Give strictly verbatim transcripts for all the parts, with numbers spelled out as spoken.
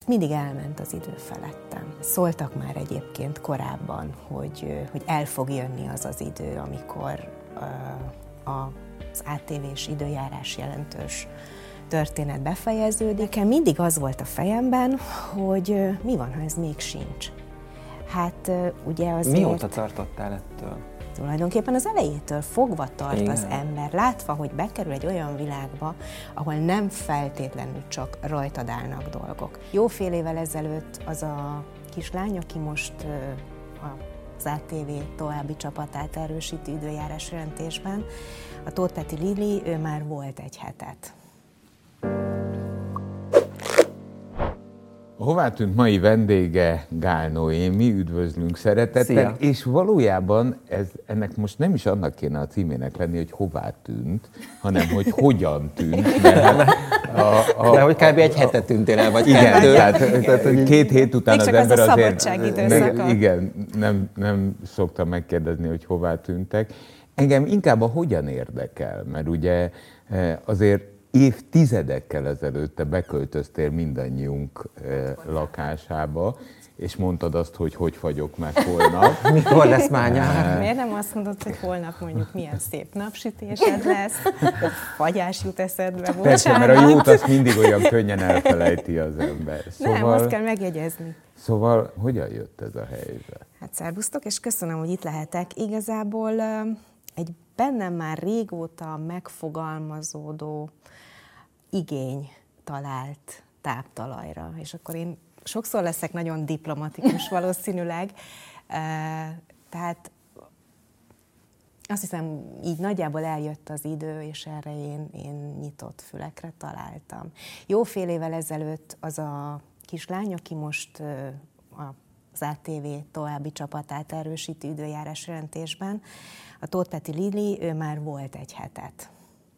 mindig elment az idő felettem. Szóltak már egyébként korábban, hogy, hogy el fog jönni az az idő, amikor uh, az á té vés időjárás jelentős történet befejeződik. Nekem mindig az volt a fejemben, hogy uh, mi van, ha ez még sincs. Hát uh, ugye azért... Mióta tartottál ettől? Tulajdonképpen az elejétől fogva tart Igen. az ember, látva, hogy bekerül egy olyan világba, ahol nem feltétlenül csak rajtad állnak dolgok. Jó fél évvel ezelőtt az a kislány, aki most az á té vé további csapatát erősítő időjárás jelentésben, a Tóth Peti Lili, ő már volt egy hetet. A Hová tűnt mai vendége Gál Noémi, üdvözlünk szeretettel, Szia. És valójában ez, ennek most nem is annak kéne a címének lenni, hogy hová tűnt, hanem hogy hogyan tűnt. Mert a, a, De hogy kb. egy hete tűntél el, vagy igen, kettő. tehát, tehát két hét után Még az csak ember az a azért... szabadságidőszaka. Igen, nem, nem szoktam megkérdezni, hogy hová tűntek. Engem inkább a hogyan érdekel, mert ugye azért évtizedekkel ezelőtt te beköltöztél mindannyiunk eh, lakásába, és mondtad azt, hogy hogy fagyok meg holnap. Mikor lesz már nyár? Miért nem azt mondod, hogy holnap mondjuk milyen szép napsütésed lesz, fagyás jut eszedbe, bocsánat. Persze, mert a jót azt mindig olyan könnyen elfelejti az ember. Szóval, nem, azt kell megjegyezni. Szóval hogyan jött ez a helyzet? Hát szervusztok, és köszönöm, hogy itt lehetek. Igazából egy bennem már régóta megfogalmazódó igény talált táptalajra. És akkor én sokszor leszek nagyon diplomatikus valószínűleg, tehát azt hiszem, így nagyjából eljött az idő, és erre én, én nyitott fülekre találtam. Jó fél évvel ezelőtt az a kislány, aki most az á té vé további csapatát erősítő időjárás jelentésben, a Tóth Peti Lili, ő már volt egy hetet.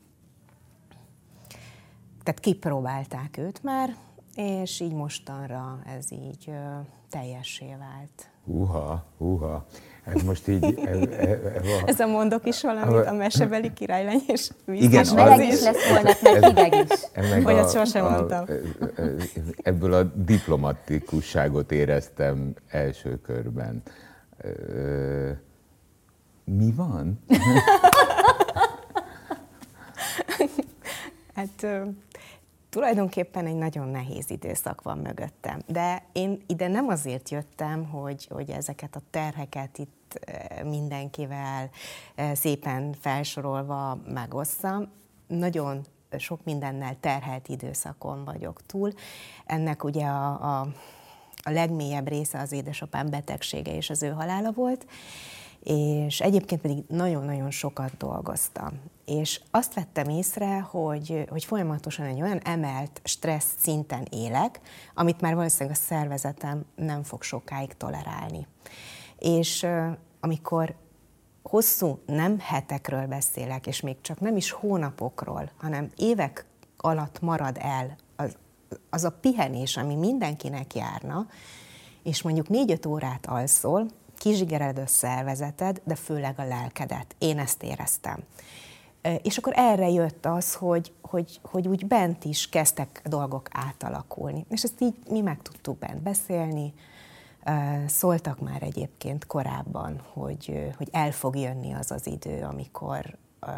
Tehát kipróbálták őt már, és így mostanra ez így ö, teljessé vált. Húha, húha. Ez most így... Ez, ez, ez, a, ez a mondok is valamit, a mesebeli királylány és vízes. Meleg is lesz volna, meg hideg is. Hogy azt sosem mondtam. Ebből a diplomatikusságot éreztem első körben. Mi van? Hát tulajdonképpen egy nagyon nehéz időszak van mögöttem, de én ide nem azért jöttem, hogy, hogy ezeket a terheket itt mindenkivel szépen felsorolva megosszam. Nagyon sok mindennel terhelt időszakon vagyok túl. Ennek ugye a, a, a legmélyebb része az édesapám betegsége és az ő halála volt, és egyébként pedig nagyon-nagyon sokat dolgoztam. És azt vettem észre, hogy, hogy folyamatosan egy olyan emelt stressz szinten élek, amit már valószínűleg a szervezetem nem fog sokáig tolerálni. És uh, amikor hosszú, nem hetekről beszélek, és még csak nem is hónapokról, hanem évek alatt marad el az, az a pihenés, ami mindenkinek járna, és mondjuk négy-öt órát alszol, kizsigered a szervezeted, de főleg a lelkedet. Én ezt éreztem. És akkor erre jött az, hogy, hogy, hogy úgy bent is kezdtek dolgok átalakulni. És ezt így mi meg tudtuk bent beszélni. Szóltak már egyébként korábban, hogy, hogy el fog jönni az az idő, amikor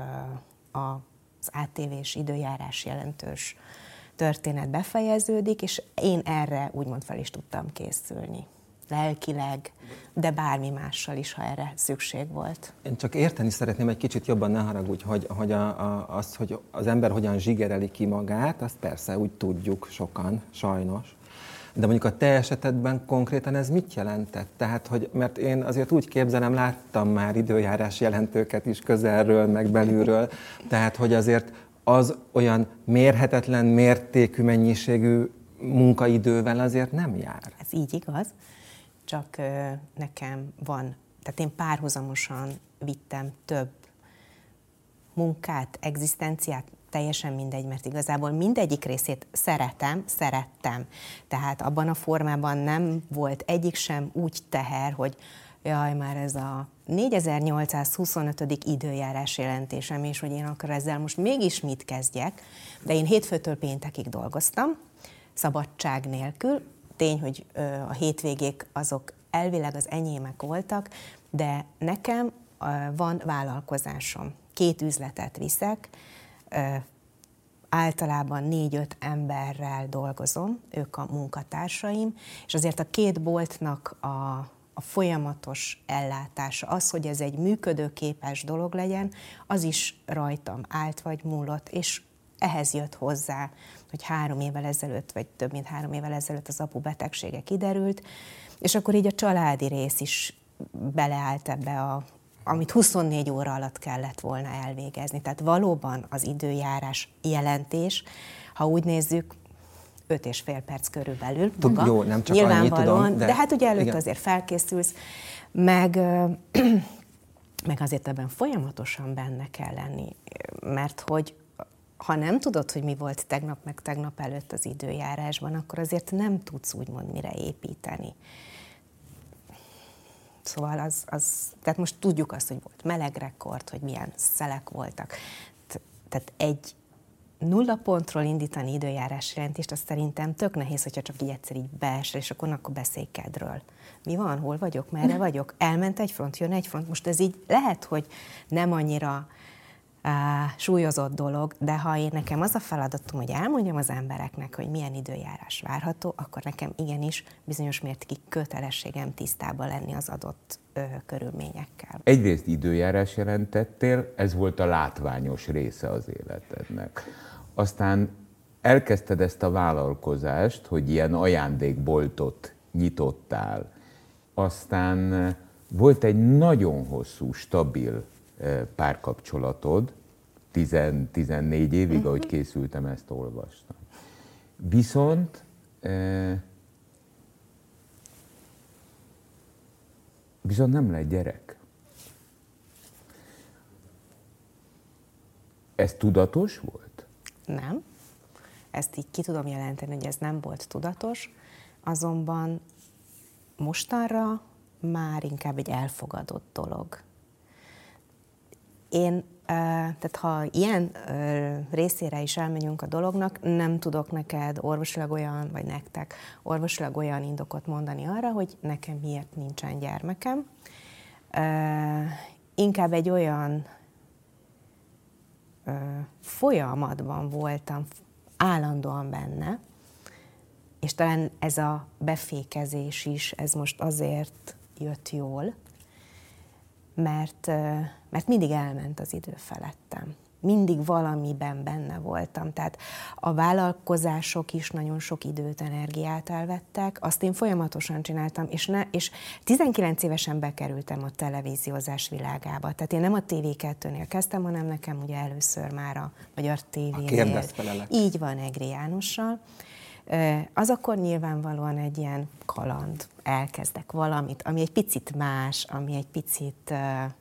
az á té vés időjárás jelentős történet befejeződik, és én erre úgymond fel is tudtam készülni. Lelkileg, de bármi mással is, ha erre szükség volt. Én csak érteni szeretném egy kicsit jobban, ne haragudj, hogy, hogy a, a, az, hogy az ember hogyan zsigereli ki magát, azt persze úgy tudjuk sokan, sajnos. De mondjuk a te esetedben konkrétan ez mit jelentett? Tehát, hogy, mert én azért úgy képzelem, láttam már időjárás jelentőket is közelről, meg belülről, tehát, hogy azért az olyan mérhetetlen mértékű mennyiségű munkaidővel azért nem jár. Ez így igaz. Csak nekem van, tehát én párhuzamosan vittem több munkát, egzisztenciát, teljesen mindegy, mert igazából mindegyik részét szeretem, szerettem. Tehát abban a formában nem volt egyik sem úgy teher, hogy jaj, már ez a négyezer-nyolcszázhuszonötödik időjárás jelentésem, és hogy én akkor ezzel most mégis mit kezdjek. De én hétfőtől péntekig dolgoztam, szabadság nélkül, tény, hogy a hétvégék azok elvileg az enyémek voltak, de nekem van vállalkozásom. Két üzletet viszek, általában négy-öt emberrel dolgozom, ők a munkatársaim, és azért a két boltnak a, a folyamatos ellátása, az, hogy ez egy működőképes dolog legyen, az is rajtam állt vagy múlott, és ehhez jött hozzá, hogy három évvel ezelőtt, vagy több mint három évvel ezelőtt az apu betegsége kiderült, és akkor így a családi rész is beleállt ebbe a amit huszonnégy óra alatt kellett volna elvégezni. Tehát valóban az időjárás jelentés, ha úgy nézzük, öt és fél perc körülbelül. Tud, maga. jó, nem csak nyilvánvalóan, annyit tudom, de... de hát ugye előtt igen. azért felkészülsz, meg, meg azért ebben folyamatosan benne kell lenni, mert hogy ha nem tudod, hogy mi volt tegnap meg tegnap előtt az időjárásban, akkor azért nem tudsz úgymond mire építeni. Szóval az, az, tehát most tudjuk azt, hogy volt meleg rekord, hogy milyen szelek voltak. Tehát egy nulla pontról indítani időjárás jelentést, azt szerintem tök nehéz, hogyha csak így egyszer így beesre, és akkor, akkor beszélj kedről. Mi van, hol vagyok, merre vagyok? Elment egy front, jön egy front. Most ez így lehet, hogy nem annyira uh, súlyozott dolog, de ha én nekem az a feladatom, hogy elmondjam az embereknek, hogy milyen időjárás várható, akkor nekem igenis bizonyos mértékig kötelességem tisztában lenni az adott ö, körülményekkel. Egyrészt időjárás jelentettél, ez volt a látványos része az életednek. Aztán elkezdted ezt a vállalkozást, hogy ilyen ajándékboltot nyitottál. Aztán volt egy nagyon hosszú, stabil párkapcsolatod, tíz-tizennégy évig, uh-huh. ahogy készültem, ezt olvastam. Viszont viszont nem lett gyerek. Ez tudatos volt? Nem. Ezt így ki tudom jelenteni, hogy ez nem volt tudatos, azonban mostanra már inkább egy elfogadott dolog. Én, tehát ha ilyen részére is elmegyünk a dolognak, nem tudok neked orvosilag olyan, vagy nektek orvosilag olyan indokot mondani arra, hogy nekem miért nincsen gyermekem. Inkább egy olyan folyamatban voltam állandóan benne, és talán ez a befékezés is, ez most azért jött jól, mert, mert mindig elment az idő felettem. Mindig valamiben benne voltam. Tehát a vállalkozások is nagyon sok időt, energiát elvettek, azt én folyamatosan csináltam, és, ne, és tizenkilenc évesen bekerültem a televíziózás világába. Tehát én nem a té vé kettőnél kezdtem, hanem nekem ugye először már a Magyar té vénél. A kérdezt felelek. Így van, Egri Jánossal. Az akkor nyilvánvalóan egy ilyen kaland. Elkezdek valamit, ami egy picit más, ami egy picit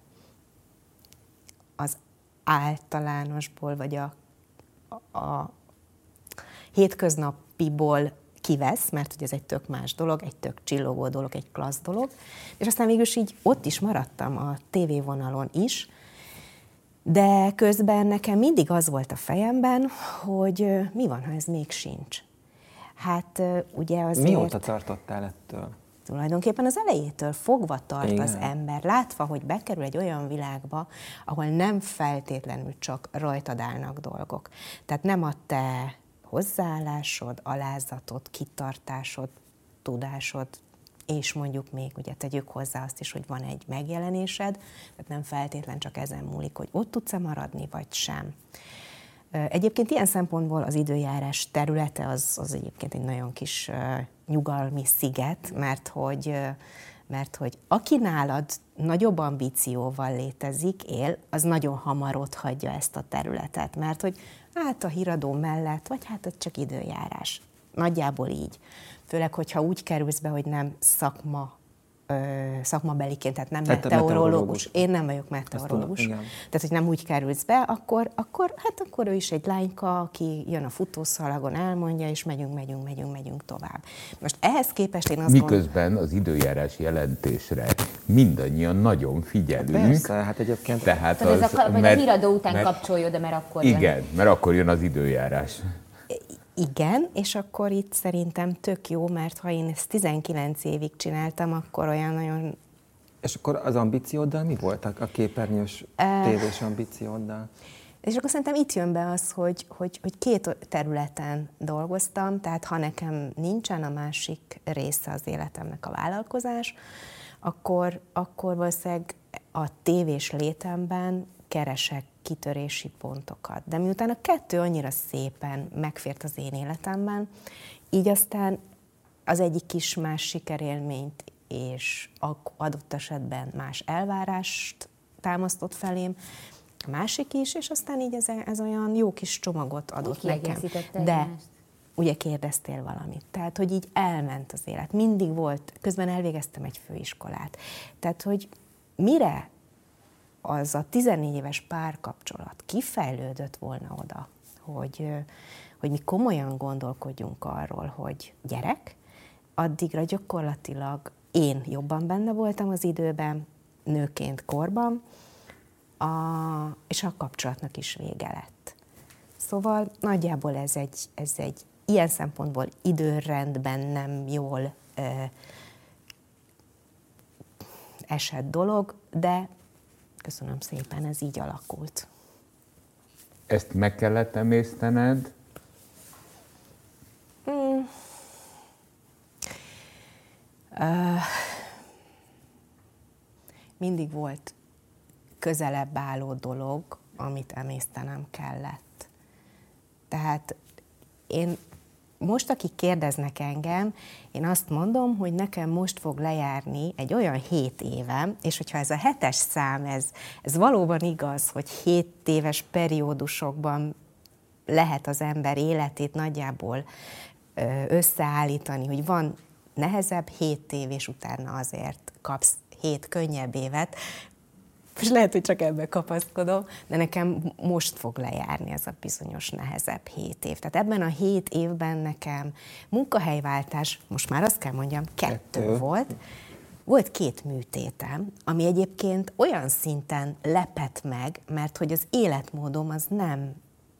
az általánosból, vagy a, a hétköznapiból kivesz, mert ugye ez egy tök más dolog, egy tök csillogó dolog, egy klassz dolog, és aztán végülis így ott is maradtam a tévévonalon is, de közben nekem mindig az volt a fejemben, hogy mi van, ha ez még sincs. Hát ugye azért... Mióta tartottál ettől? Tulajdonképpen az elejétől fogva tart Igen. az ember, látva, hogy bekerül egy olyan világba, ahol nem feltétlenül csak rajtad állnak dolgok. Tehát nem a te hozzáállásod, alázatod, kitartásod, tudásod, és mondjuk még, ugye tegyük hozzá azt is, hogy van egy megjelenésed, tehát nem feltétlen csak ezen múlik, hogy ott tudsz-e maradni, vagy sem. Egyébként ilyen szempontból az időjárás területe az, az egyébként egy nagyon kis uh, nyugalmi sziget, mert hogy, uh, mert hogy aki nálad nagyobb ambícióval létezik, él, az nagyon hamar ott hagyja ezt a területet, mert hogy hát a híradó mellett, vagy hát ott csak időjárás. Nagyjából így. Főleg, hogyha úgy kerülsz be, hogy nem szakma, szakmabeliként, tehát nem tehát meteorológus. meteorológus. Én nem vagyok meteorológus. Tudom, tehát, hogy nem úgy kerülsz be, akkor, akkor, hát akkor ő is egy lányka, aki jön a futószalagon, elmondja, és megyünk, megyünk, megyünk, megyünk tovább. Most ehhez képest én azt Miközben gondol... az időjárás jelentésre mindannyian nagyon figyelünk. Persze, hát egyébként... Tehát Tehát az, ez a, vagy mert, a híradó után mert, kapcsolódod, mert akkor igen, jön. mert akkor jön az időjárás. igen, és akkor itt szerintem tök jó, mert ha én ezt tizenkilenc évig csináltam, akkor olyan nagyon... És akkor az ambícióddal mi voltak a képernyős uh, tévés ambícióddal? És akkor szerintem itt jön be az, hogy, hogy, hogy két területen dolgoztam, tehát ha nekem nincsen a másik része az életemnek a vállalkozás, akkor, akkor valószínűleg a tévés létemben keresek kitörési pontokat. De miután a kettő annyira szépen megfért az én életemben, így aztán az egyik kis más sikerélményt és adott esetben más elvárást támasztott felém, a másik is, és aztán így ez, ez olyan jó kis csomagot adott nekem. De ugye kérdeztél valamit. Tehát, hogy így elment az élet. Mindig volt, közben elvégeztem egy főiskolát. Tehát, hogy mire az a tizennégy éves párkapcsolat kifejlődött volna oda, hogy, hogy mi komolyan gondolkodjunk arról, hogy gyerek, addigra gyakorlatilag én jobban benne voltam az időben, nőként korban, a, és a kapcsolatnak is vége lett. Szóval nagyjából ez egy, ez egy ilyen szempontból időrendben nem jól ö, esett dolog, de köszönöm szépen, ez így alakult. Ezt meg kellett emésztened? Hmm. Uh, mindig volt közelebb álló dolog, amit emésztenem kellett. Tehát én most, akik kérdeznek engem, én azt mondom, hogy nekem most fog lejárni egy olyan hét évem, és hogyha ez a hetes szám, ez, ez valóban igaz, hogy hét éves periódusokban lehet az ember életét nagyjából összeállítani, hogy van nehezebb hét év, és utána azért kapsz hét könnyebb évet, és lehet, hogy csak ebben kapaszkodom, de nekem most fog lejárni ez a bizonyos nehezebb hét év. Tehát ebben a hét évben nekem munkahelyváltás, most már azt kell mondjam, kettő, kettő. volt. Volt két műtétem, ami egyébként olyan szinten lepett meg, mert hogy az életmódom az nem,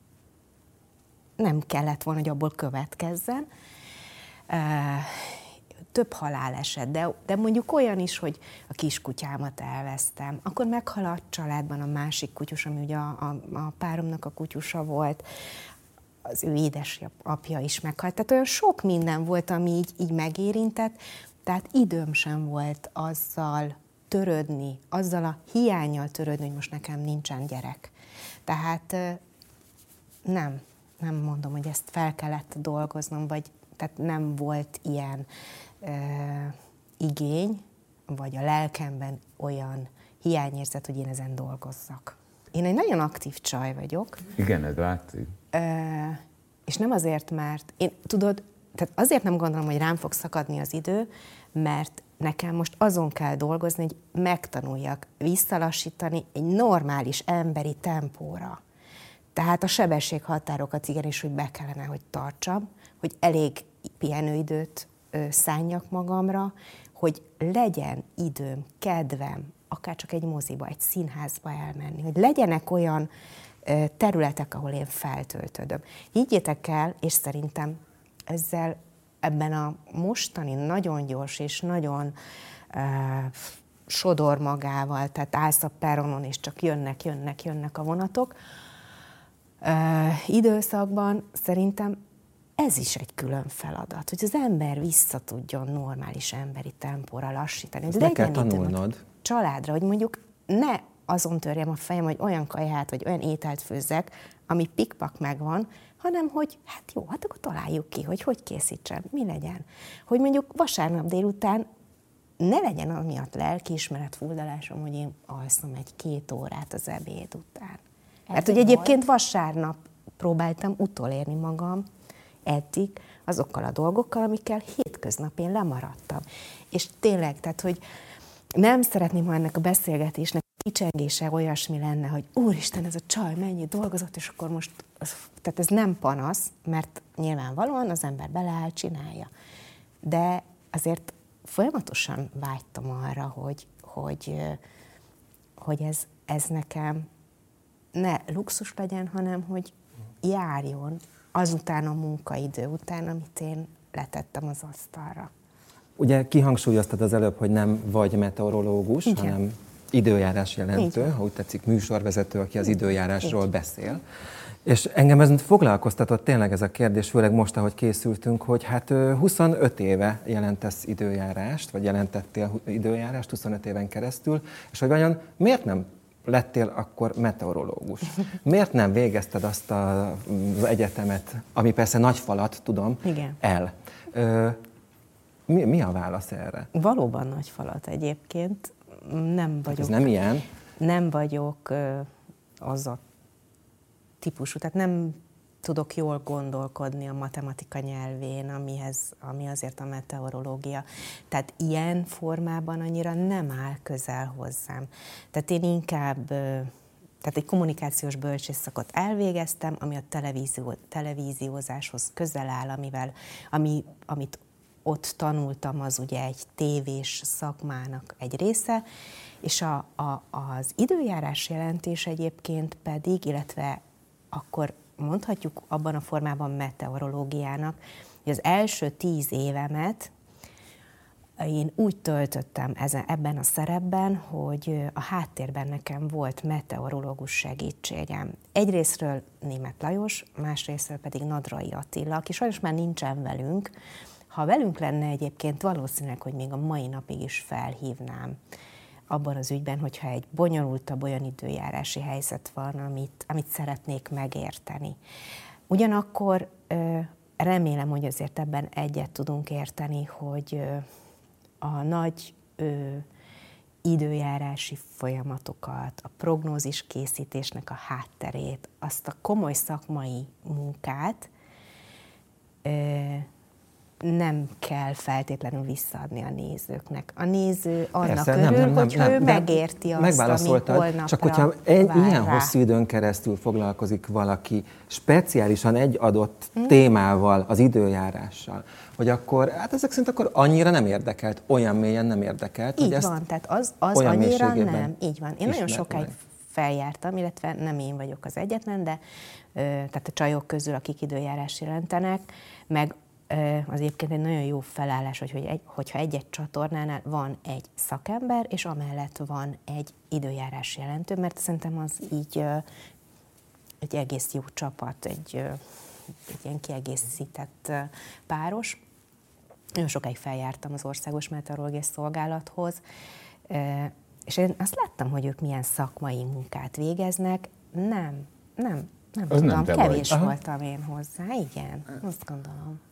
nem kellett volna, hogy abból következzen. Több haláleset, de, de mondjuk olyan is, hogy a kiskutyámat elvesztem. Akkor meghalt családban a másik kutyus, ami ugye a, a, a páromnak a kutyusa volt, az ő édesapja is meghalt. Tehát olyan sok minden volt, ami így, így megérintett, tehát időm sem volt azzal törődni, azzal a hiánnyal törődni, hogy most nekem nincsen gyerek. Tehát nem, nem mondom, hogy ezt fel kellett dolgoznom, vagy tehát nem volt ilyen e, igény, vagy a lelkemben olyan hiányérzet, hogy én ezen dolgozzak. Én egy nagyon aktív csaj vagyok. Igen, ez látszik. E, és nem azért, mert én, tudod, tehát azért nem gondolom, hogy rám fog szakadni az idő, mert nekem most azon kell dolgozni, hogy megtanuljak visszalassítani egy normális emberi tempóra. Tehát a sebességhatárokat igenis, hogy be kellene, hogy tartsam, hogy elég pihenőidőt szánjak magamra, hogy legyen időm, kedvem, akár csak egy moziba, egy színházba elmenni, hogy legyenek olyan területek, ahol én feltöltödöm. Higgyétek el, és szerintem ezzel ebben a mostani nagyon gyors és nagyon uh, sodor magával, tehát állsz a peronon, és csak jönnek, jönnek, jönnek a vonatok, uh, időszakban szerintem ez is egy külön feladat, hogy az ember vissza tudjon normális emberi tempóra lassítani. Ezt meg kell tanulnod. Családra, hogy mondjuk ne azon törjem a fejem, hogy olyan kaját, vagy olyan ételt főzzek, ami pikpak megvan, hanem hogy hát jó, hát akkor találjuk ki, hogy hogy készítsem, mi legyen. Hogy mondjuk vasárnap délután ne legyen amiatt lelkiismeret fuldalásom, hogy én alszom egy két órát az ebéd után. Ez Mert hogy egyébként vasárnap próbáltam utolérni magam eddig azokkal a dolgokkal, amikkel hétköznap én lemaradtam. És tényleg, tehát, hogy nem szeretném, ha ennek a beszélgetésnek kicsengése olyasmi lenne, hogy úristen, ez a csaj mennyi dolgozott, és akkor most, tehát ez nem panasz, mert nyilvánvalóan az ember beleáll, csinálja. De azért folyamatosan vágytam arra, hogy, hogy, hogy ez, ez nekem ne luxus legyen, hanem hogy járjon azután a munkaidő után, amit én letettem az asztalra. Ugye kihangsúlyoztad az előbb, hogy nem vagy meteorológus, igen, hanem időjárás jelentő, ha úgy tetszik, műsorvezető, aki az időjárásról igen. beszél. És engem ez foglalkoztatott tényleg ez a kérdés, főleg most, ahogy készültünk, hogy hát huszonöt éve jelentesz időjárást, vagy jelentettél időjárást huszonöt éven keresztül, és hogy vajon miért nem lettél akkor meteorológus? Miért nem végezted azt a, az egyetemet, ami persze nagy falat, tudom, igen. el? Mi, mi a válasz erre? Valóban nagy falat egyébként. Nem vagyok. Ez nem ilyen? Nem vagyok az a típusú, tehát nem tudok jól gondolkodni a matematika nyelvén, amihez, ami azért a meteorológia. Tehát ilyen formában annyira nem áll közel hozzám. Tehát én inkább, tehát egy kommunikációs bölcsészszakot elvégeztem, ami a televízió, televíziózáshoz közel áll, amivel, ami, amit ott tanultam, az ugye egy tévés szakmának egy része, és a, a, az időjárás jelentés egyébként pedig, illetve akkor mondhatjuk abban a formában meteorológiának, hogy az első tíz évemet én úgy töltöttem ezen, ebben a szerepben, hogy a háttérben nekem volt meteorológus segítségem. Egyrészről Németh Lajos, másrészről pedig Nadrai Attila, aki sajnos már nincsen velünk. Ha velünk lenne egyébként, valószínűleg, hogy még a mai napig is felhívnám abban az ügyben, hogyha egy bonyolultabb olyan időjárási helyzet van, amit, amit szeretnék megérteni. Ugyanakkor remélem, hogy azért ebben egyet tudunk érteni, hogy a nagy időjárási folyamatokat, a prognózis készítésnek a hátterét, azt a komoly szakmai munkát nem kell feltétlenül visszaadni a nézőknek. A néző annak Persze, örül, nem, nem, hogy nem, ő nem, megérti azt, ami holnapra Csak hogyha egy, ilyen hosszú időn keresztül foglalkozik valaki speciálisan egy adott hmm. témával, az időjárással, hogy akkor, hát ezek szerint akkor annyira nem érdekelt, olyan mélyen nem érdekelt. Így hogy van, tehát az, az annyira nem. Így van. Én nagyon sokáig feljártam, illetve nem én vagyok az egyetlen, de tehát a csajok közül, akik időjárás jelentenek, meg az egyébként egy nagyon jó felállás, hogy, hogy egy, hogyha egy-egy csatornánál van egy szakember, és amellett van egy időjárás jelentő, mert szerintem az így egy egész jó csapat, egy, egy ilyen kiegészített páros. Nagyon sokáig feljártam az Országos Meteorológiai Szolgálathoz, és én azt láttam, hogy ők milyen szakmai munkát végeznek. Nem, nem, nem az tudom, nem kevés vagy. voltam én hozzá. Igen, azt gondolom.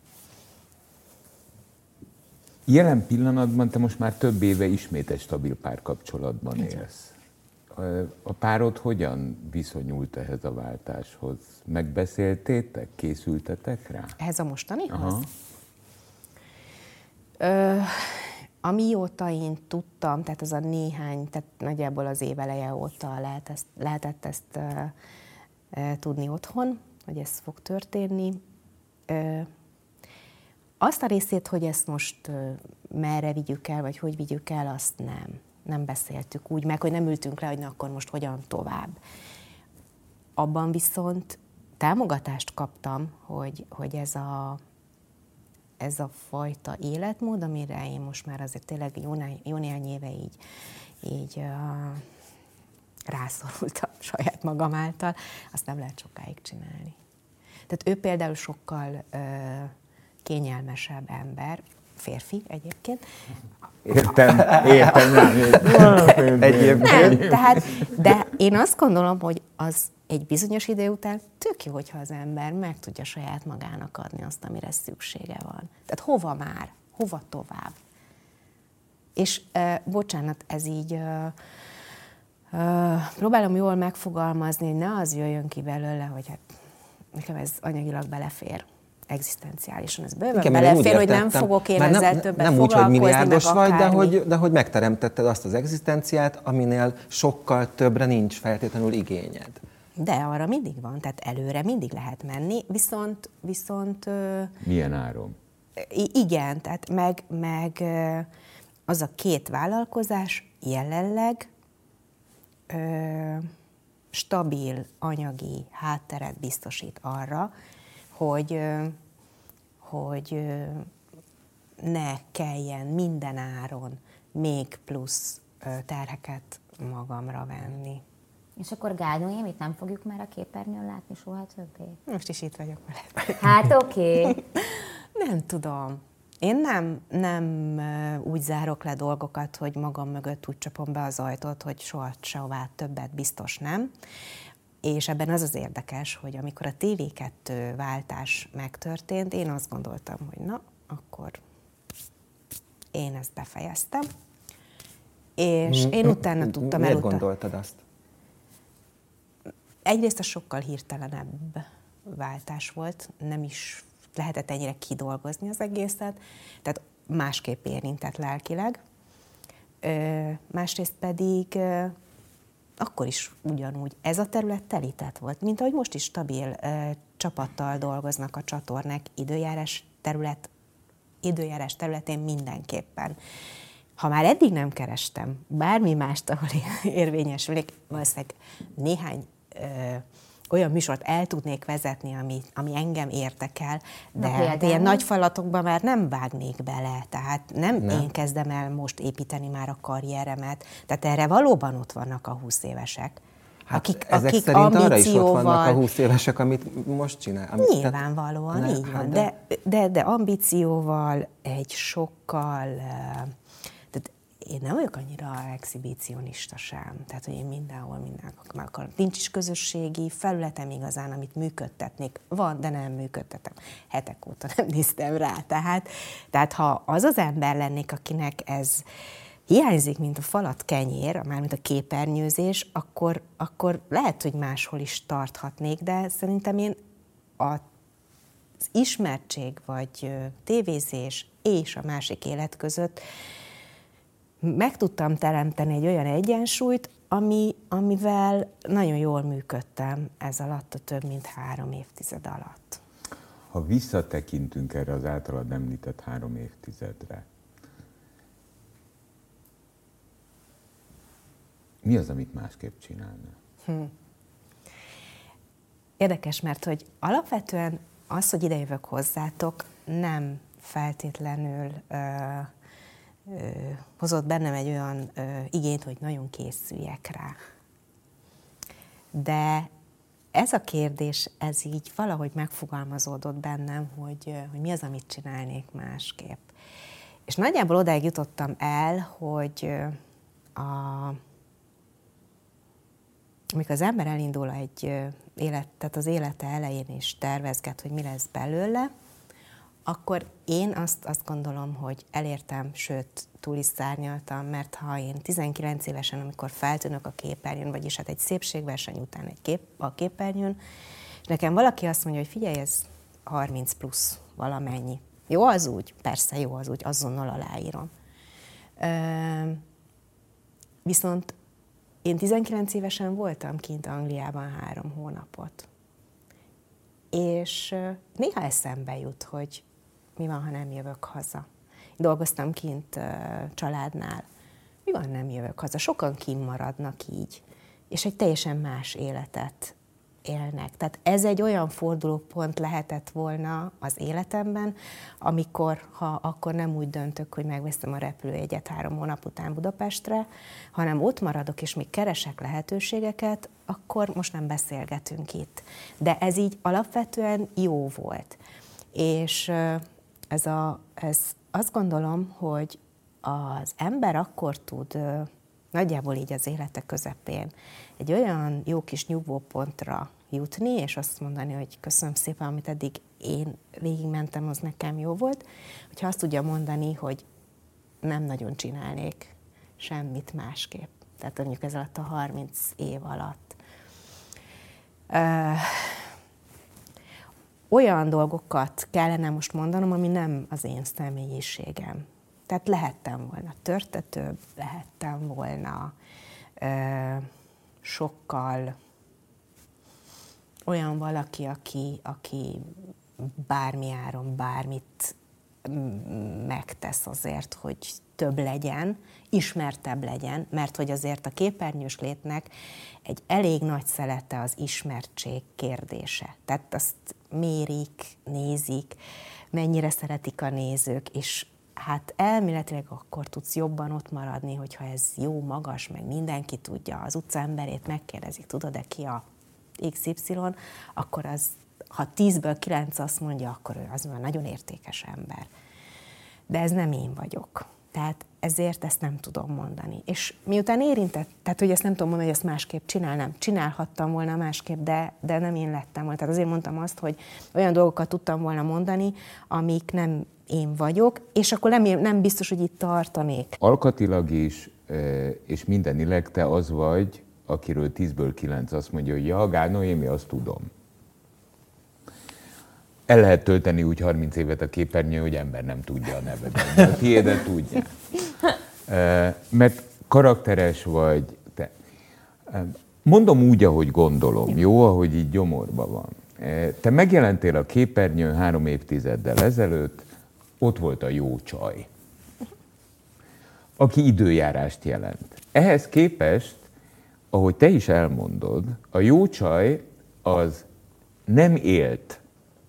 Jelen pillanatban te most már több éve ismét egy stabil párkapcsolatban élsz. A párod hogyan viszonyult ehhez a váltáshoz? Megbeszéltétek? Készültetek rá? Ehhez a mostanihoz? Aha. Ö, amióta én tudtam, tehát az a néhány, tehát nagyjából az év eleje óta lehet ezt, lehetett ezt ö, ö, tudni otthon, hogy ez fog történni. Ö, Azt a részét, hogy ezt most uh, merre vigyük el, vagy hogy vigyük el, azt nem. Nem beszéltük úgy meg, hogy nem ültünk le, hogy na akkor most hogyan tovább. Abban viszont támogatást kaptam, hogy, hogy ez, a, ez a fajta életmód, amire én most már azért tényleg jó, jó néhány éve így, így uh, rászorultam saját magam által, azt nem lehet sokáig csinálni. Tehát ő például sokkal uh, kényelmesebb ember, férfi egyébként. Értem, értem, nem. Egyébként. Nem, tehát, de én azt gondolom, hogy az egy bizonyos idő után tök jó, hogyha az ember meg tudja saját magának adni azt, amire szüksége van. Tehát hova már? Hova tovább? És uh, bocsánat, ez így uh, uh, próbálom jól megfogalmazni, hogy ne az jöjjön ki belőle, hogy hát nekem ez anyagilag belefér. Egzisztenciálisan ez bőven igen, belefér, hogy nem fogok én ezzel nem, többet nem foglalkozni, úgy, hogy milliárdos vagy, de hogy, de hogy megteremtetted azt az egzisztenciát, aminél sokkal többre nincs feltétlenül igényed. De arra mindig van, tehát előre mindig lehet menni, viszont... viszont milyen áron? Igen, tehát meg, meg az a két vállalkozás jelenleg ö, stabil anyagi hátteret biztosít arra, hogy, hogy ne kelljen minden áron még plusz terheket magamra venni. És akkor Gál Noémit nem fogjuk már a képernyőn látni soha többé? Most is itt vagyok veled. Hát oké. Okay. Nem tudom. Én nem, nem úgy zárok le dolgokat, hogy magam mögött úgy csapom be az ajtót, hogy soha sehová többet biztos nem. És ebben az az érdekes, hogy amikor a té vé kettő váltás megtörtént, én azt gondoltam, hogy na, akkor én ezt befejeztem. És én utána tudtam Miért elutána. gondoltad azt? Egyrészt a sokkal hirtelenebb váltás volt, nem is lehetett ennyire kidolgozni az egészet, tehát másképp érintett lelkileg. Ö, másrészt pedig ö, akkor is ugyanúgy ez a terület telített volt, mint ahogy most is stabil ö, csapattal dolgoznak a csatornák időjárás terület, időjárás területén mindenképpen. Ha már eddig nem kerestem bármi mást, ahol érvényesülik, valószínűleg néhány ö, olyan műsort el tudnék vezetni, ami, ami engem érdekel, de hát ilyen nagy falatokban már nem vágnék bele, tehát nem, nem én kezdem el most építeni már a karrieremet, tehát erre valóban ott vannak a húsz évesek. Hát akik, ezek akik szerint ambícióval... arra is ott vannak a húsz évesek, amit most csinál. Amit, Nyilvánvalóan, tehát, így ne, van, de... De, de, de ambícióval egy sokkal... Tehát én nem vagyok annyira exhibicionista sem, tehát hogy én mindenhol minden akarom. Nincs is közösségi felületem igazán, amit működtetnék. Van, de nem működtetem. Hetek óta nem néztem rá. Tehát, tehát ha az az ember lennék, akinek ez hiányzik, mint a falat kenyér, mármint a képernyőzés, akkor, akkor lehet, hogy máshol is tarthatnék, de szerintem én az ismertség vagy tévézés és a másik élet között meg tudtam teremteni egy olyan egyensúlyt, ami, amivel nagyon jól működtem ez alatt, a több mint három évtized alatt. Ha visszatekintünk erre az általad említett három évtizedre, mi az, amit másképp csinálna? Hm. Érdekes, mert hogy alapvetően az, hogy idejövök hozzátok, nem feltétlenül ö, ö, hozott bennem egy olyan ö, igényt, hogy nagyon készüljek rá. De ez a kérdés, ez így valahogy megfogalmazódott bennem, hogy, hogy mi az, amit csinálnék másképp. És nagyjából odáig jutottam el, hogy a amikor az ember elindul egy élet, tehát az élete elején is tervezget, hogy mi lesz belőle, akkor én azt, azt gondolom, hogy elértem, sőt, túl is szárnyaltam, mert ha én tizenkilenc évesen, amikor feltűnök a képernyőn, vagyis hát egy szépségverseny után egy kép, a képernyőn, és nekem valaki azt mondja, hogy figyelj, ez harminc plusz valamennyi. Jó az úgy? Persze jó az úgy, azonnal aláírom. Ö, viszont én tizenkilenc évesen voltam kint Angliában három hónapot. És néha eszembe jut, hogy mi van, ha nem jövök haza. Dolgoztam kint családnál. Mi van, nem jövök haza? Sokan kint maradnak így, és egy teljesen más életet élnek. Tehát ez egy olyan fordulópont lehetett volna az életemben, amikor, ha akkor nem úgy döntök, hogy megveszem a repülőjegyet három hónap után Budapestre, hanem ott maradok, és még keresek lehetőségeket, akkor most nem beszélgetünk itt. De ez így alapvetően jó volt. És ez a, ez azt gondolom, hogy az ember akkor tud nagyjából így az élete közepén egy olyan jó kis nyugvópontra jutni, és azt mondani, hogy köszönöm szépen, amit eddig én végigmentem, az nekem jó volt, hogyha azt tudja mondani, hogy nem nagyon csinálnék semmit másképp. Tehát mondjuk ez alatt a harminc év alatt. Ö, olyan dolgokat kellene most mondanom, ami nem az én személyiségem. Tehát lehettem volna törtetőbb, lehettem volna ö, sokkal olyan valaki, aki, aki bármi áron bármit megtesz azért, hogy több legyen, ismertebb legyen, mert hogy azért a képernyős létnek egy elég nagy szelete az ismertség kérdése. Tehát azt mérik, nézik, mennyire szeretik a nézők, és hát elméletileg akkor tudsz jobban ott maradni, hogyha ez jó, magas, meg mindenki tudja, az utca emberét megkérdezik, tudod-e ki a iksz ipszilon, akkor az, ha tízből kilenc azt mondja, akkor ő az már nagyon értékes ember. De ez nem én vagyok. Tehát ezért ezt nem tudom mondani. És miután érintett, tehát hogy ezt nem tudom mondani, hogy ezt másképp csinálnám. Csinálhattam volna másképp, de, de nem én lettem volna. Tehát azért mondtam azt, hogy olyan dolgokat tudtam volna mondani, amik nem én vagyok, és akkor nem, nem biztos, hogy itt tartanék. Alkatilag is, és mindenileg te az vagy, akiről tízből kilenc azt mondja, hogy ja, Gál Noémi, azt tudom. El lehet tölteni úgy harminc évet a képernyőn, hogy ember nem tudja a nevedet, de a tiédet tudja. Mert karakteres vagy te. Mondom úgy, ahogy gondolom, jó, ahogy így gyomorban van. Te megjelentél a képernyőn három évtizeddel ezelőtt, ott volt a jó csaj, aki időjárást jelent. Ehhez képest, ahogy te is elmondod, a jó csaj az nem élt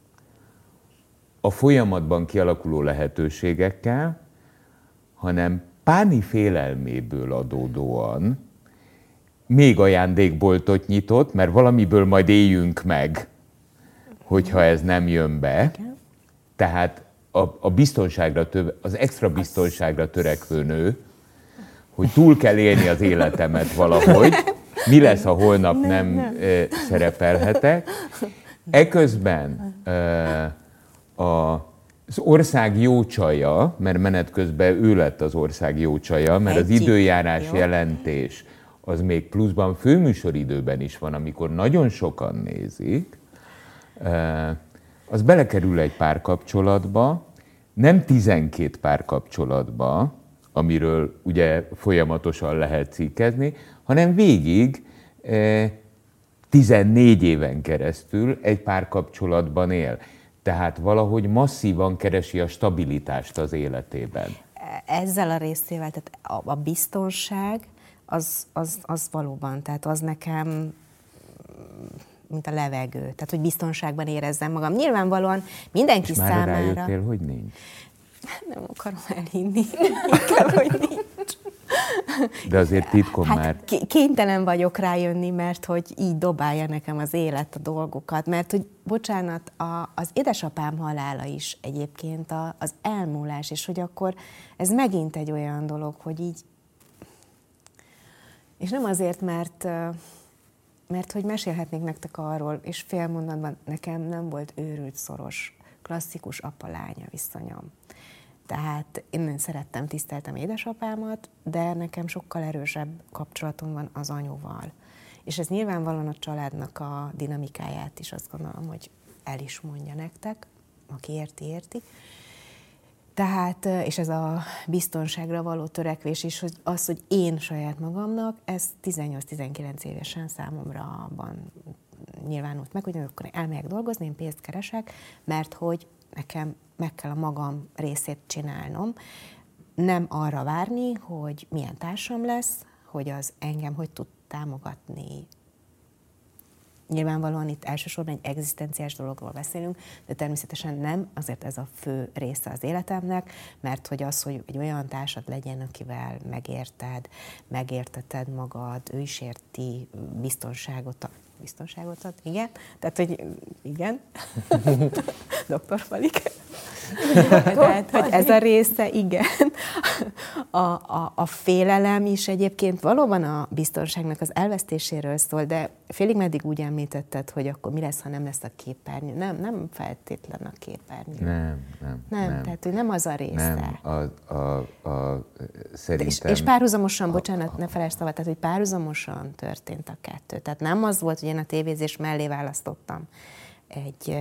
a folyamatban kialakuló lehetőségekkel, hanem páni félelméből adódóan még ajándékboltot nyitott, mert valamiből majd éljünk meg, hogyha ez nem jön be. Tehát a, a biztonságra, az extra biztonságra törekvő nő, hogy túl kell élni az életemet valahogy, mi lesz, ha holnap nem, nem, nem. szerepelhetek. Eközben az ország jó csaja, mert menet közben ő lett az ország jó csaja, mert az időjárás jelentés az még pluszban főműsoridőben is van, amikor nagyon sokan nézik, az belekerül egy párkapcsolatba, nem tizenkét párkapcsolatba, amiről ugye folyamatosan lehet cikkezni, hanem végig tizennégy éven keresztül egy párkapcsolatban él. Tehát valahogy masszívan keresi a stabilitást az életében. Ezzel a részével, tehát a, a biztonság, az, az, az valóban, tehát az nekem, mint a levegő, tehát hogy biztonságban érezzem magam. Nyilvánvalóan mindenki és már számára... rájöttél, hogy nincs? Nem akarom elhinni, inkább, hogy nincs. De azért titkon hát már... Kénytelen vagyok rájönni, mert hogy így dobálja nekem az élet a dolgokat. Mert hogy, bocsánat, a, az édesapám halála is egyébként a, az elmúlás, és hogy akkor ez megint egy olyan dolog, hogy így... És nem azért, mert, mert hogy mesélhetnék nektek arról, és fél mondatban nekem nem volt őrült szoros, klasszikus apa-lánya viszonyom. Tehát én nagyon szerettem, tiszteltem édesapámat, de nekem sokkal erősebb kapcsolatom van az anyuval. És ez nyilvánvalóan a családnak a dinamikáját is azt gondolom, hogy el is mondja nektek, aki érti, érti. Tehát, és ez a biztonságra való törekvés is, hogy az, hogy én saját magamnak, ez tizennyolc-tizenkilenc évesen számomra abban nyilvánult meg, hogy akkor elmegyek dolgozni, én pénzt keresek, mert hogy nekem meg kell a magam részét csinálnom, nem arra várni, hogy milyen társam lesz, hogy az engem hogy tud támogatni. Nyilvánvalóan itt elsősorban egy egzisztenciális dologról beszélünk, de természetesen nem, azért ez a fő része az életemnek, mert hogy az, hogy egy olyan társad legyen, akivel megérted, megérteted magad, ő is érti, biztonságot ad. Biztonságot ad, igen. Tehát, hogy igen. doktor Palik. Tehát, hogy ez a része, igen. A, a, a félelem is egyébként valóban a biztonságnak az elvesztéséről szól, de félig meddig úgy említetted, hogy akkor mi lesz, ha nem lesz a képernyő. Nem, nem feltétlen a képernyő. Nem, nem. Nem, nem. Tehát, hogy nem az a része. Nem, a, a, a, szerintem... És, és párhuzamosan, bocsánat, ne felejtsd szabad, tehát, hogy párhuzamosan történt a kettő. Tehát nem az volt, hogy én a tévézés mellé választottam egy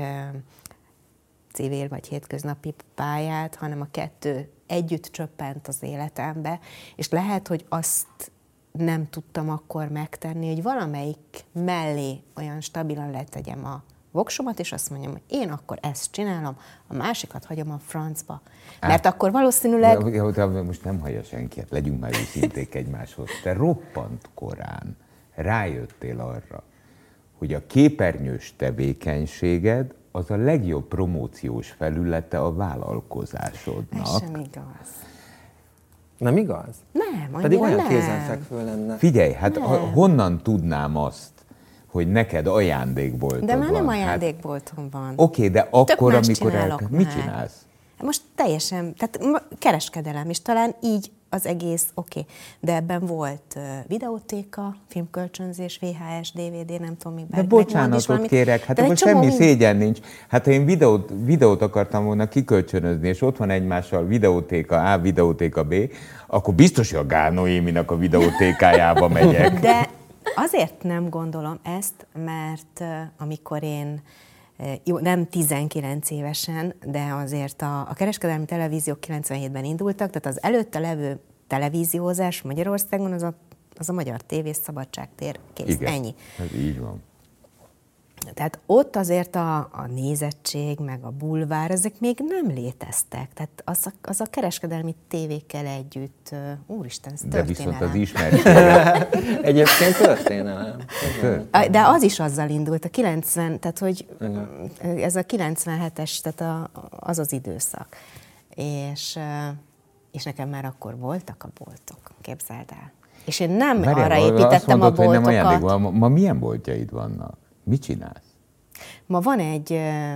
civil vagy hétköznapi pályát, hanem a kettő együtt csöppent az életembe, és lehet, hogy azt nem tudtam akkor megtenni, hogy valamelyik mellé olyan stabilan letegyem a voksomat, és azt mondjam, hogy én akkor ezt csinálom, a másikat hagyom a francba. Mert Á, akkor valószínűleg... De, de, de most nem hallja senki, legyünk már őszinték egymáshoz. Te roppant korán rájöttél arra, hogy a képernyős tevékenységed az a legjobb promóciós felülete a vállalkozásodnak. Ez sem igaz. Nem igaz? Nem, Pedig annyira olyan nem. kézenfekvő lenne. Figyelj, hát Nem. a, honnan tudnám azt, hogy neked ajándékboltod De már van? nem Hát, ajándékboltom van. oké, de akkor, más amikor el... csinálok Mit már. csinálsz? Most teljesen, tehát ma- kereskedelem, és talán így az egész oké. Okay. De ebben volt uh, videótéka, filmkölcsönzés, vé há es, dé vé dé, nem tudom, még De bárki, megmond is bocsánatot valamit. kérek, hát De egy akkor csomó semmi mind- szégyen nincs. Hát ha én videót, videót akartam volna kikölcsönözni, és ott van egymással videótéka A, videótéka B, akkor biztos, hogy a Gál Noéminak a videótékájába megyek. De azért nem gondolom ezt, mert uh, amikor én jó, nem tizenkilenc évesen, de azért a, a kereskedelmi televíziók kilencvenhétben indultak, tehát az előtte levő televíziózás Magyarországon az a, az a Magyar Tévé, Szabadságtér, kész, Igen, ennyi. ez így van. Tehát ott azért a, a nézettség, meg a bulvár, ezek még nem léteztek. Tehát az a, az a kereskedelmi tévékkel együtt, uh, úristen, ez De történelem. viszont az ismertsége. Egyébként történelem. De az is azzal indult, a kilencven, tehát hogy Igen. ez a kilencvenhetes, tehát a, az az időszak. És, és nekem már akkor voltak a boltok, képzeld el. És én nem Várjál, arra azt építettem mondod, a hogy nem boltokat. ajándékban. Ma, ma milyen boltjaid vannak? Mit csinálsz? Ma van egy ö,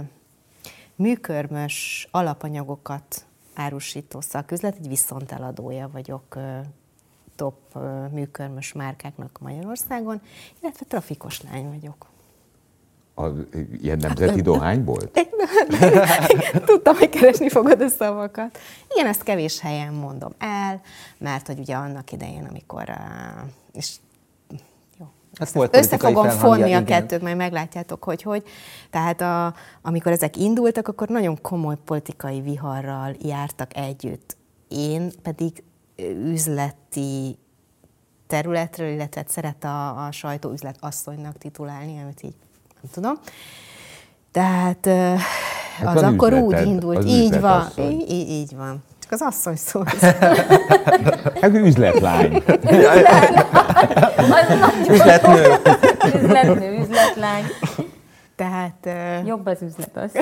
műkörmös alapanyagokat árusító szaküzlet, egy viszonteladója vagyok ö, top ö, műkörmös márkáknak Magyarországon, illetve trafikos lány vagyok. A, ilyen nemzeti dohánybolt? Tudtam, hogy keresni fogod a szavakat. Igen, ezt kevés helyen mondom el, mert hogy ugye annak idején, amikor... Uh, és jó, Hát volt össze politikai fogom felhangja, fonni a igen. kettőt, majd meglátjátok, hogy hogy. Tehát a, amikor ezek indultak, akkor nagyon komoly politikai viharral jártak együtt. Én pedig üzleti területről, illetve szeret a, a sajtó üzletasszonynak titulálni, amit így nem tudom. Tehát Hát az van akkor úgy üzleted, indult. az Így van, üzletasszony. így, így, így van. Csak az asszony szó. Hát üzletlány. Üzletnő. Üzletnő, üzletlány. Tehát, ö, Jobb az üzlet az.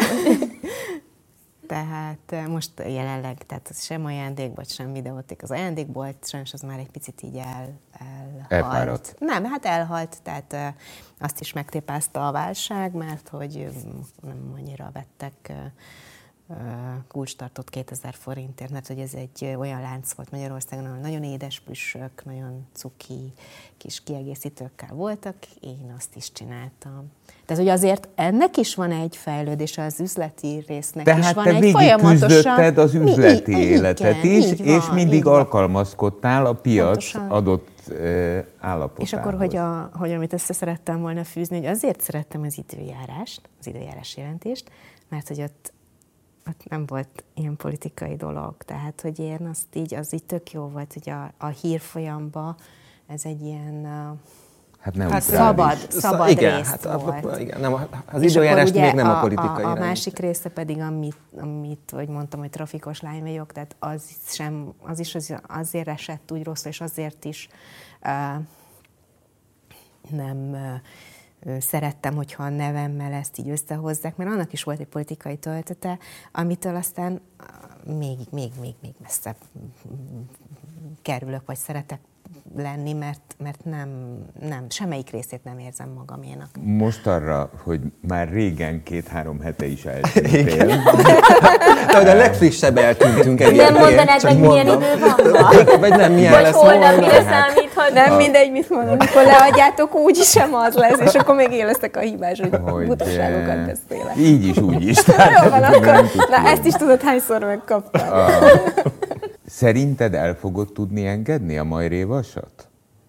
tehát ö, most jelenleg, tehát az sem ajándékbolt, sem videóték. Az ajándékbolt sajnos az már egy picit így el, elhalt. Elfáradt. Nem, hát elhalt, tehát ö, azt is megtépázta a válság, mert hogy ö, nem annyira vettek ö, ö, kulcstartót kétezer forintért, mert hogy ez egy ö, olyan lánc volt Magyarországon, ahol nagyon édes püssök, nagyon cuki kis kiegészítőkkel voltak, én azt is csináltam. Tehát, hogy azért ennek is van egy fejlődés, az üzleti résznek is Tehát van te egy végig folyamatosan... küzdötted az Mi- üzleti i- életet igen, is, így és van, mindig így van. alkalmazkodtál a piac Pontosan. adott uh, állapotához. És akkor, hogy, a, hogy amit össze szerettem volna fűzni, hogy azért szerettem az időjárást, az időjárás jelentést, mert hogy ott, ott nem volt ilyen politikai dolog. Tehát, hogy én azt így, az így tök jó volt, hogy a, a hírfolyamba ez egy ilyen... Uh, Hát nem Hát szabad, szabad igen, rész hát a- volt. igen, nem, az És időjárás akkor ugye még nem a, a politikai A, a irány. másik része pedig, amit, amit hogy mondtam, hogy trafikos lány vagyok, tehát az, sem, az is az, azért esett úgy rosszul, és azért is uh, nem uh, szerettem, hogyha a nevemmel ezt így összehozzák, mert annak is volt egy politikai töltete, amitől aztán uh, még, még, még, még messzebb kerülök, vagy szeretek lenni, mert, mert nem, nem, semmelyik részét nem érzem magaménak. Most arra, hogy már régen két-három hete is eltűntél. De a legfrissebb eltűntünk egyébként. Nem mondanád csak meg, milyen mondom. idő van ma? Vagy nem, milyen Vagy lesz holnap holnap. mire számíthat? Nem mindegy, mit mondom, amikor leadjátok, úgy is sem az lesz, és akkor még én leszek a hibás, hogy, Hogy, butaságokat eh, beszélek. Így is, úgy is. Jó van, Nem akkor, tudsz na jönni. ezt is tudod, hányszor megkaptam. Szerinted el fogod tudni engedni a Majrévasat?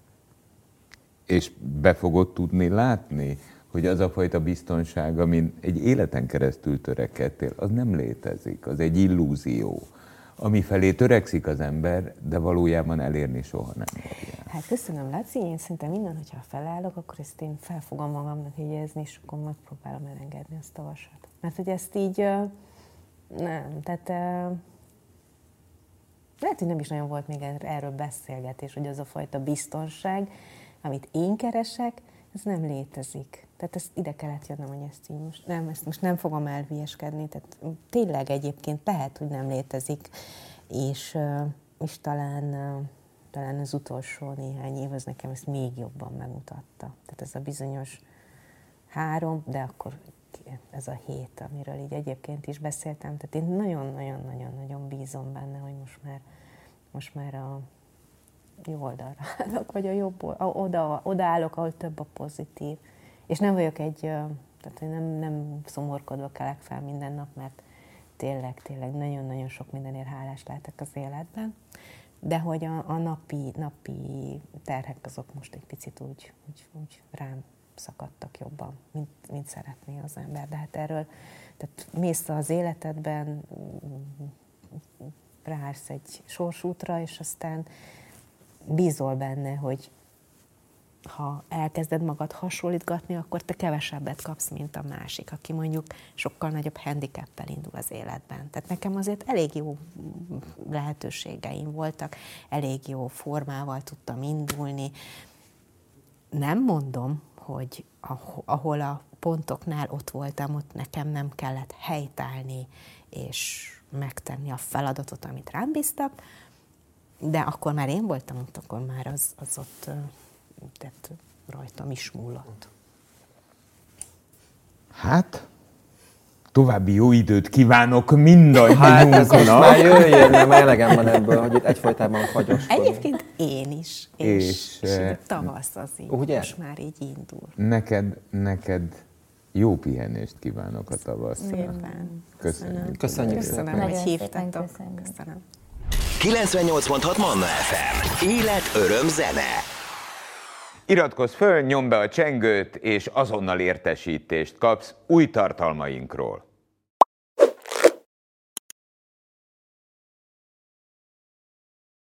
És be fogod tudni látni, hogy az a fajta biztonság, amin egy életen keresztül törekedtél, az nem létezik, az egy illúzió, ami felé törekszik az ember, de valójában elérni soha nem fogja. Hát köszönöm, Laci, én szerintem minden, hogyha felállok, akkor ezt én fel fogom magamnak jegyezni, és akkor megpróbálom elengedni azt a vasat. Mert hogy ezt így, ö, nem, tehát ö, lehet, hogy nem is nagyon volt még erről beszélgetés, hogy az a fajta biztonság, amit én keresek, ez nem létezik. Tehát ezt ide kellett jönnöm, hogy ezt így most nem, ezt most nem fogom elhülyeskedni, tehát tényleg egyébként lehet, hogy nem létezik, és, és talán, talán az utolsó néhány év az nekem ezt még jobban megmutatta. Tehát ez a bizonyos három, de akkor ez a hét, amiről így egyébként is beszéltem, tehát én nagyon-nagyon-nagyon-nagyon bízom benne, hogy most már, most már a jó oldalra állok, vagy a jobb oda, oda állok, ahol több a pozitív. És nem vagyok egy, tehát nem, nem szomorkodva kelek fel minden nap, mert tényleg, tényleg nagyon-nagyon sok mindenért hálás lehetek az életben, de hogy a, a napi, napi terhek azok most egy picit úgy, úgy, úgy rám szakadtak jobban, mint, mint szeretné az ember. De hát erről, tehát mész az életedben, ráállsz egy sorsútra, és aztán bízol benne, hogy ha elkezded magad hasonlítgatni, akkor te kevesebbet kapsz, mint a másik, aki mondjuk sokkal nagyobb handicappel indul az életben. Tehát nekem azért elég jó lehetőségeim voltak, elég jó formával tudtam indulni. Nem mondom, hogy ahol a pontoknál ott voltam, ott nekem nem kellett helytállni és megtenni a feladatot, amit rám bíztak, de akkor már én voltam ott, akkor már az, az ott tehát rajtam is múlott. Hát, további jó időt kívánok mindannyiunknak. Hát ez most már jöjjön, mert elegem van ebből, hogy itt egyfolytában fagyoskodunk. Egyébként én is, és, és, és tavasz az így, ugye? Most már így indul. Neked, neked jó pihenést kívánok a tavaszra. Szépen. Köszönjük. Köszönjük. Köszönöm, hogy hívtatok. Köszönöm. kilencvennyolc pont hat Manna ef em. Élet, öröm, zene. Iratkozz föl, nyomd be a csengőt, és azonnal értesítést kapsz új tartalmainkról.